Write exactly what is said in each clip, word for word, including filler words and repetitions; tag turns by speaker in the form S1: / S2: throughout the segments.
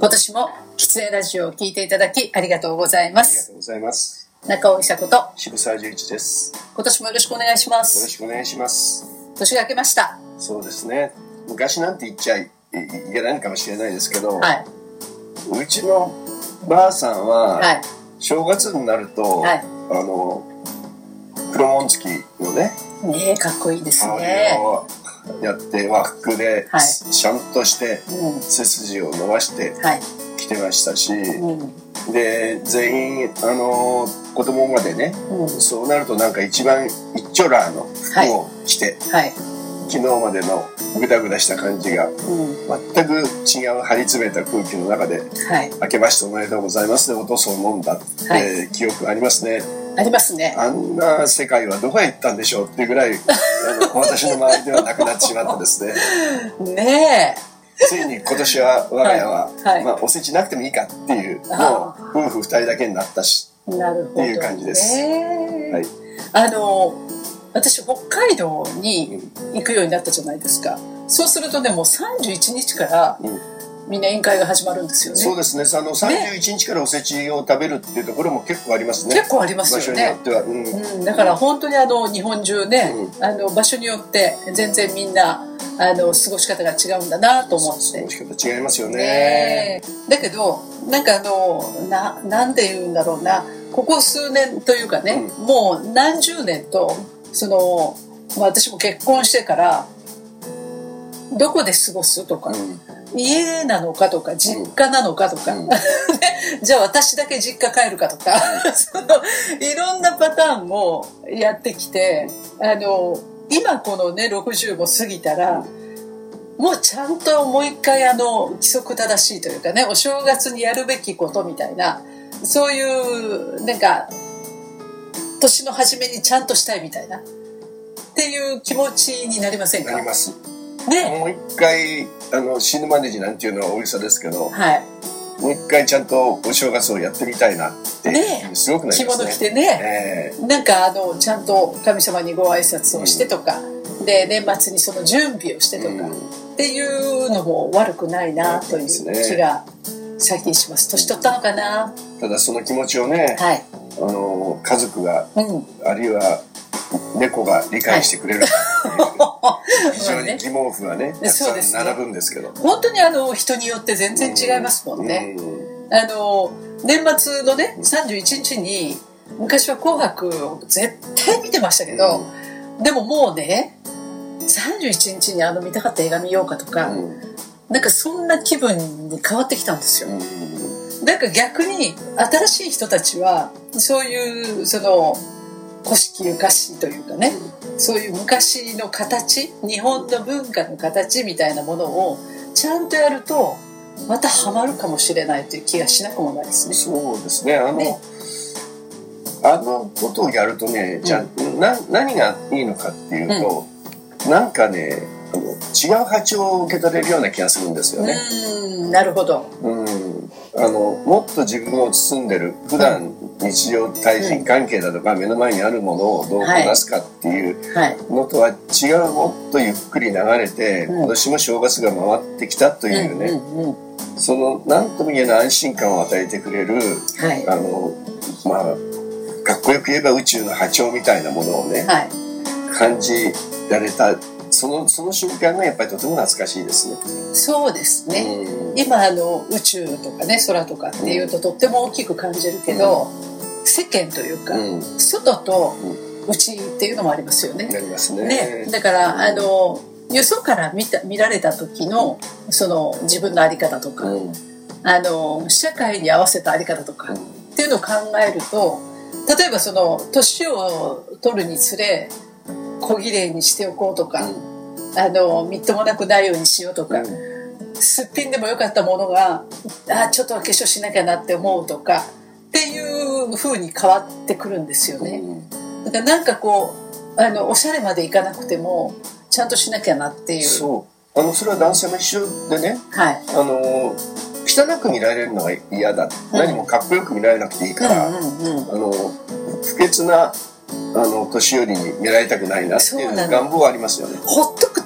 S1: 今年も喫煙ラジオを聞いていただきありがとうございま
S2: ありが
S1: す。
S2: とうございます。
S1: 中尾久子と
S2: 渋沢十一です。
S1: 今年もよろしくお願いしま
S2: よろ
S1: す。
S2: しくお願いします。
S1: 年が明けました。
S2: そうですね。昔なんて言っちゃいけないのかもしれないですけど、
S1: はい、
S2: うちのばあさんは、
S1: はい、
S2: 正月になると、
S1: はい、
S2: あの黒紋付きのね、
S1: ねえかっこいいです
S2: あれ
S1: ね。
S2: をやって和服で、
S1: はい、
S2: ちゃんとして
S1: うん、
S2: 背筋を伸ばして
S1: はい、
S2: 着てましたし、
S1: うん
S2: で全員あの子供までね、
S1: うん、
S2: そうなるとなんか一番一丁羅の服を着て、
S1: はい、
S2: 昨日までのグダグダした感じが
S1: うん、
S2: 全く違う張り詰めた空気の中で、
S1: はい、
S2: 明けましておめでとうございますでおとそを飲んだって、
S1: はい
S2: えー記憶ありますね。
S1: ありますね。
S2: あんな世界はどこへ行ったんでしょうっていうぐらいあの私の周りではなくなってしまってですね
S1: ね
S2: ついに今年は我が家は、
S1: はいはい、
S2: まあ、おせちなくてもいいかっていうもう夫婦二人だけになったし
S1: え、なるほど、ね、
S2: っていう感じです、はい、
S1: あの私北海道に行くようになったじゃないですか。そうするとねもうさんじゅういちにちから、うん、みんな宴会が始まるんですよね。
S2: そうですね。あのさんじゅういちにちからおせちを食べるっていうところも結構ありますね。
S1: 結構ありますよね。
S2: 場所によっては、うん
S1: うん、だから本当にあの日本中ね、うん、あの場所によって全然みんなあの過ごし方が違うんだなと思って。
S2: 過ごし方違いますよね。
S1: ねだけどなんかあのななんで言うんだろうな、ここ数年というかね、うん、もう何十年とその、まあ、私も結婚してからどこで過ごすとか。うん、家なのかとか実家なのかとか、うん、じゃあ私だけ実家帰るかとか、うん、そのいろんなパターンをやってきて、あの今このねろくじゅうご過ぎたらもうちゃんともう一回あの規則正しいというかね、お正月にやるべきことみたいな、そういうなんか年の初めにちゃんとしたいみたいなっていう気持ちになりませんか？
S2: なります
S1: ね、
S2: もう一回あの死ぬまでになんていうのは大げさですけど、
S1: はい、
S2: もう一回ちゃんとお正月をやってみたいなって、ね、すごくなりますね。
S1: 着物着てね、えー、なんかあのちゃんと神様にご挨拶をしてとか、うん、で年末にその準備をしてとか、うん、っていうのも悪くないなという気が最近します。年取ったのかな。
S2: ただその気持ちをね、はい、あの家族が、うん、あるいは猫が理解してくれるかっていう、はい、非常に疑問符がねたくさん並ぶんですけど、ね、
S1: 本当にあの人によって全然違いますもんね、うん、あの年末のねさんじゅういちにちに昔は紅白を絶対見てましたけど、うん、でももうねさんじゅういちにちにあの見たかった映画見ようかとか、うん、なんかそんな気分に変わってきたんですよ、うん、なんか逆に新しい人たちはそういうその古式ゆかしというかね、うん、そういう昔の形、日本の文化の形みたいなものをちゃんとやるとまたハマるかもしれないという気がしなくもないですね。
S2: そうですね。あの、ね、あのことをやるとね、じゃあ、うん、な何がいいのかっていうと、うん、なんかねあの違う波長を受け取れるような気がするんですよね。
S1: うん、なるほど。
S2: うん、あのもっと自分を包んでる普段日常対人関係だとか、うん、目の前にあるものをどうこなすかっていうのとは違う、もっとゆっくり流れて、うん、今年も正月が回ってきたというね、うんうんうん、その何とも言えない安心感を与えてくれる、はい、あのまあかっこよく言えば宇宙の波長みたいなものをね、はい、感じられたその、その瞬間がやっぱりとても懐かしいですね。
S1: そうですね、うん、今あの宇宙とかね空とかっていうととっても大きく感じるけど、うん、世間というか、うん、外と内っていうのもありますよね。
S2: ありますね。
S1: ね、だからあのよそから見た見られた時のその自分の在り方とか、うん、あの社会に合わせた在り方とか、うん、っていうのを考えると、例えばその年を取るにつれ小綺麗にしておこうとか、うん、あのみっともなくないようにしようとか、うん、すっぴんでもよかったものがあちょっと化粧しなきゃなって思うとかっていう風に変わってくるんですよね、うん、だからなんかこうあのおしゃれまでいかなくてもちゃんとしなきゃなっていう。
S2: そうあのそれは男性も一緒でね、はい、あの汚く見られるのが嫌だ、うん、何もかっこよく見られなくていいから、うんうんうん、あの不潔なあの年寄りに見られたくないなっていう願望はありますよね。
S1: ほっとくと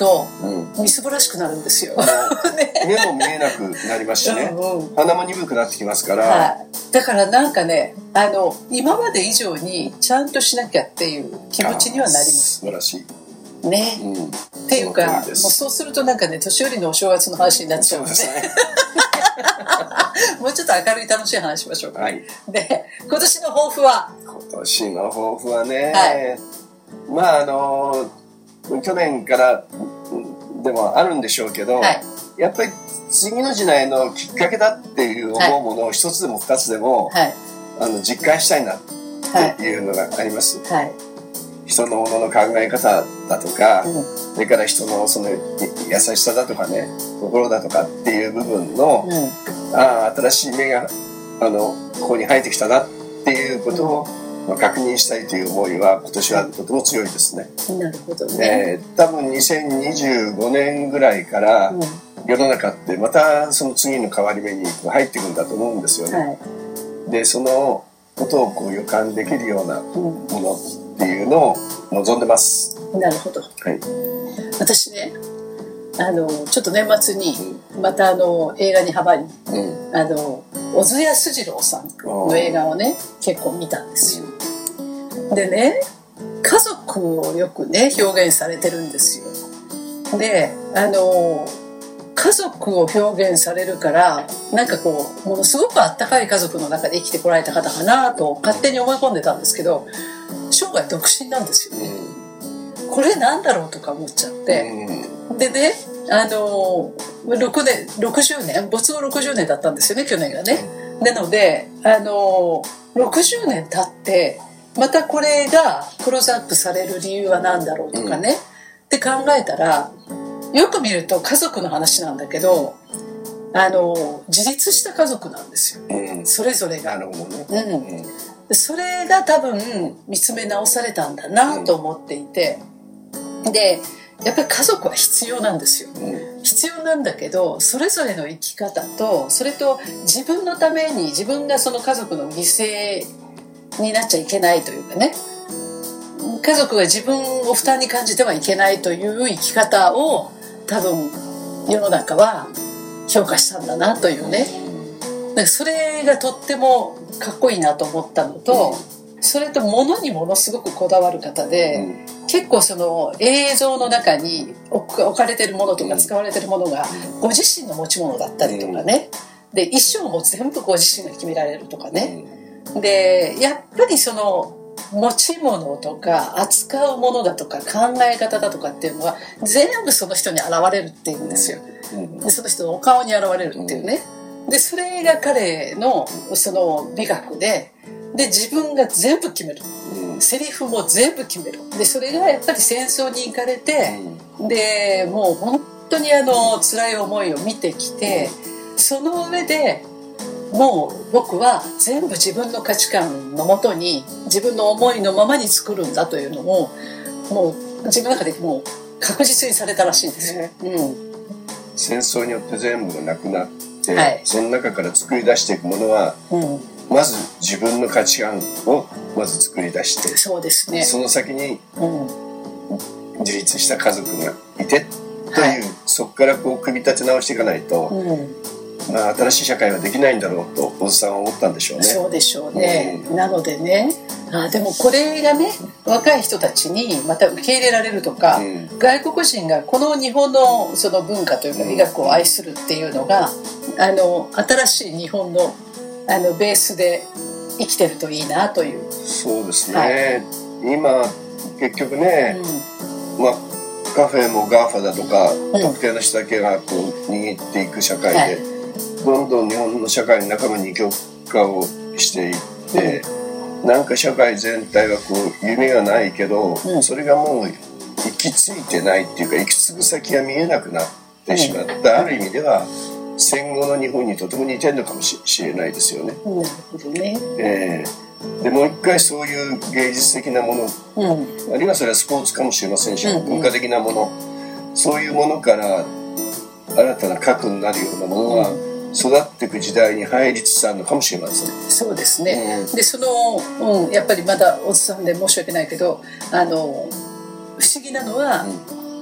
S1: とみすぼらしくなるんですよ、
S2: ね、目も見えなくなりますしね、うんうん、鼻も鈍くなってきますから、
S1: はい、だからなんかねあの今まで以上にちゃんとしなきゃっていう気持ちにはなります。
S2: 素晴らしい
S1: ね、うん、っていうかもうそうするとなんかね年寄りのお正月の話になっちゃうので、ね、もうちょっと明るい楽しい話しましょうか、はい、で今年の抱負は
S2: 今年の抱負はね、はい、まああの去年からでもあるんでしょうけど、はい、やっぱり次の時代のきっかけだっていう思うものを一つでも二つでも、はい、あの実感したいなっていうのがあります、はい、人のものの考え方だとか、うん、それから人のその優しさだとかね心だとかっていう部分の、うん、ああ新しい芽があのここに生えてきたなっていうことを、うんまあ、確認したいという思いは今年はとても強いですね。
S1: なるほどね。
S2: えー、多分にせんにじゅうごねんぐらいから、うん、世の中ってまたその次の変わり目に入っていくんだと思うんですよね。はい、でそのことをこう予感できるようなものっていうのを望んでます。
S1: なるほど。はい、私ねあのちょっと年末にまたあの映画にハマり、うん、あの小津安二郎さんの映画をね結構見たんですよ。でね家族をよくね表現されてるんですよ。であの家族を表現されるからなんかこうものすごくあったかい家族の中で生きてこられた方かなと勝手に思い込んでたんですけど生涯独身なんですよね。これなんだろうとか思っちゃって、でねあのろくねんろくじゅうねん没後ろくじゅうねんだったんですよね去年がね。なのであのろくじゅうねん経ってまたこれがクローズアップされる理由は何だろうとかね、うん、って考えたらよく見ると家族の話なんだけどあの自立した家族なんですよ、うん、それぞれが。なるほどね、うん、でそれが多分見つめ直されたんだなと思っていて、うん、でやっぱり家族は必要なんですよ、うん、必要なんだけどそれぞれの生き方とそれと自分のために自分がその家族の犠牲になっちゃいけないというかね家族が自分を負担に感じてはいけないという生き方を多分世の中は評価したんだなというねだからそれがとってもかっこいいなと思ったのとそれと物にものすごくこだわる方で結構その映像の中に置かれてるものとか使われてるものがご自身の持ち物だったりとかねで衣装も全部ご自身が決められるとかねでやっぱりその持ち物とか扱うものだとか考え方だとかっていうのは全部その人に現れるっていうんですよ。でその人のお顔に現れるっていうねでそれが彼のその美学でで自分が全部決めるセリフも全部決めるでそれがやっぱり戦争に行かれてでもう本当にあの辛い思いを見てきてその上でもう僕は全部自分の価値観のもとに自分の思いのままに作るんだというのももう自分の中でもう確実にされたらしいんですよ、うん、
S2: 戦争によって全部がなくなって、はい、その中から作り出していくものは、うん、まず自分の価値観をまず作り出して
S1: そうですね
S2: その先に自立した家族がいてという、はい、そこからこう組み立て直していかないと、うんまあ、新しい社会はできないんだろうと小津さんは思ったんでしょうね。
S1: そうでしょうね、うん、なのでねあでもこれがね若い人たちにまた受け入れられるとか、うん、外国人がこの日本のその文化というか医学を愛するっていうのがあの新しい日本のあのベースで生きてるといいなという。
S2: そうですね、はい、今結局ね、うん、まあカフェもガーファだとか、うん、特定の人だけがこう握っていく社会で、はいどんどん日本の社会の中の二極化をしていって、うん、なんか社会全体はこう夢がないけど、うん、それがもう行き着いてないっていうか行き着く先が見えなくなってしまった、うん、ある意味では戦後の日本にとても似てるのかもしれないですよね。
S1: なるほどね、
S2: えー、でもう一回そういう芸術的なもの、うん、あるいはそれはスポーツかもしれませんし、うん、文化的なものそういうものから新たな核になるようなものが、うん育っていく時代に入りつつあるのかもしれません。
S1: そうですね、うん、でその、うん、やっぱりまだおじさんで申し訳ないけどあの不思議なのは、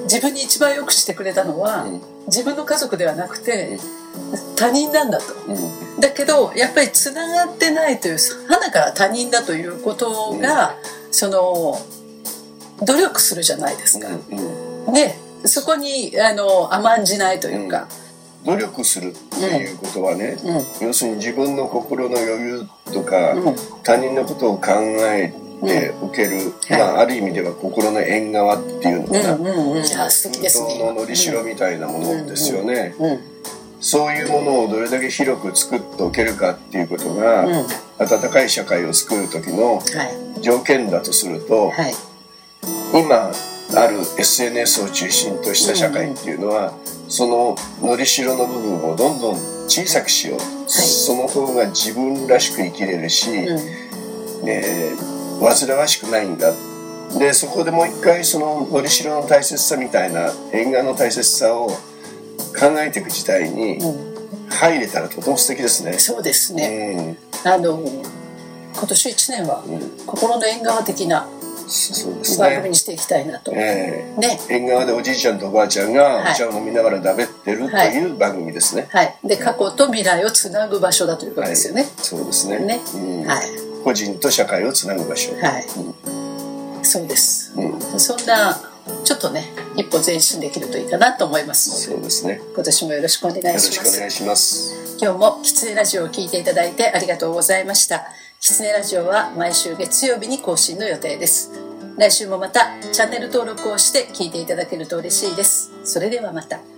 S1: 自分に一番よくしてくれたのは、うん、自分の家族ではなくて、うん、他人なんだと、うん、だけどやっぱりつながってないという花から他人だということが、うん、その努力するじゃないですか、うんうん、でそこにあの甘んじないというか、
S2: うん、努力するっていうことはね、うん、要するに自分の心の余裕とか、うん、他人のことを考えておける、うんまあ、ある意味では心の縁側っていうのかな、
S1: うんうんうん、あ素敵ですね、
S2: 空洞ののりしろみたいなものですよね、うんうんうん、そういうものをどれだけ広く作っておけるかっていうことが、うん、温かい社会を作る時の条件だとすると、はい、今ある エスエヌエス を中心とした社会っていうのは、うんうん、そののりしろの部分をどんどん小さくしよう、はい、その方が自分らしく生きれるし、うんえー、煩わしくないんだ。でそこでもう一回そののりしろの大切さみたいな縁側の大切さを考えていく時代に入れたらとても素敵ですね。
S1: そうですね、うん、あの今年いちねんは心の縁側的な
S2: そうですね、
S1: 番組にしていきたいなと、
S2: えーね、縁側でおじいちゃんとおばあちゃんがお茶を飲みながらだべってるという番組ですね、
S1: はいはい、で過去と未来をつなぐ場所だということですよね、はい、
S2: そうですね、
S1: ね、
S2: うんはい、個人と社会をつなぐ場所、
S1: はいうん、そうです、うん、そんなちょっとね一歩前進できるといいかなと思いますので、
S2: そうですね、
S1: 今年もよろしくお願いします。
S2: よろしくお願いします。
S1: 今日もキツネラジオを聞いていただいてありがとうございました。キツネラジオは毎週月曜日に更新の予定です。来週もまたチャンネル登録をして聞いていただけると嬉しいです。それではまた。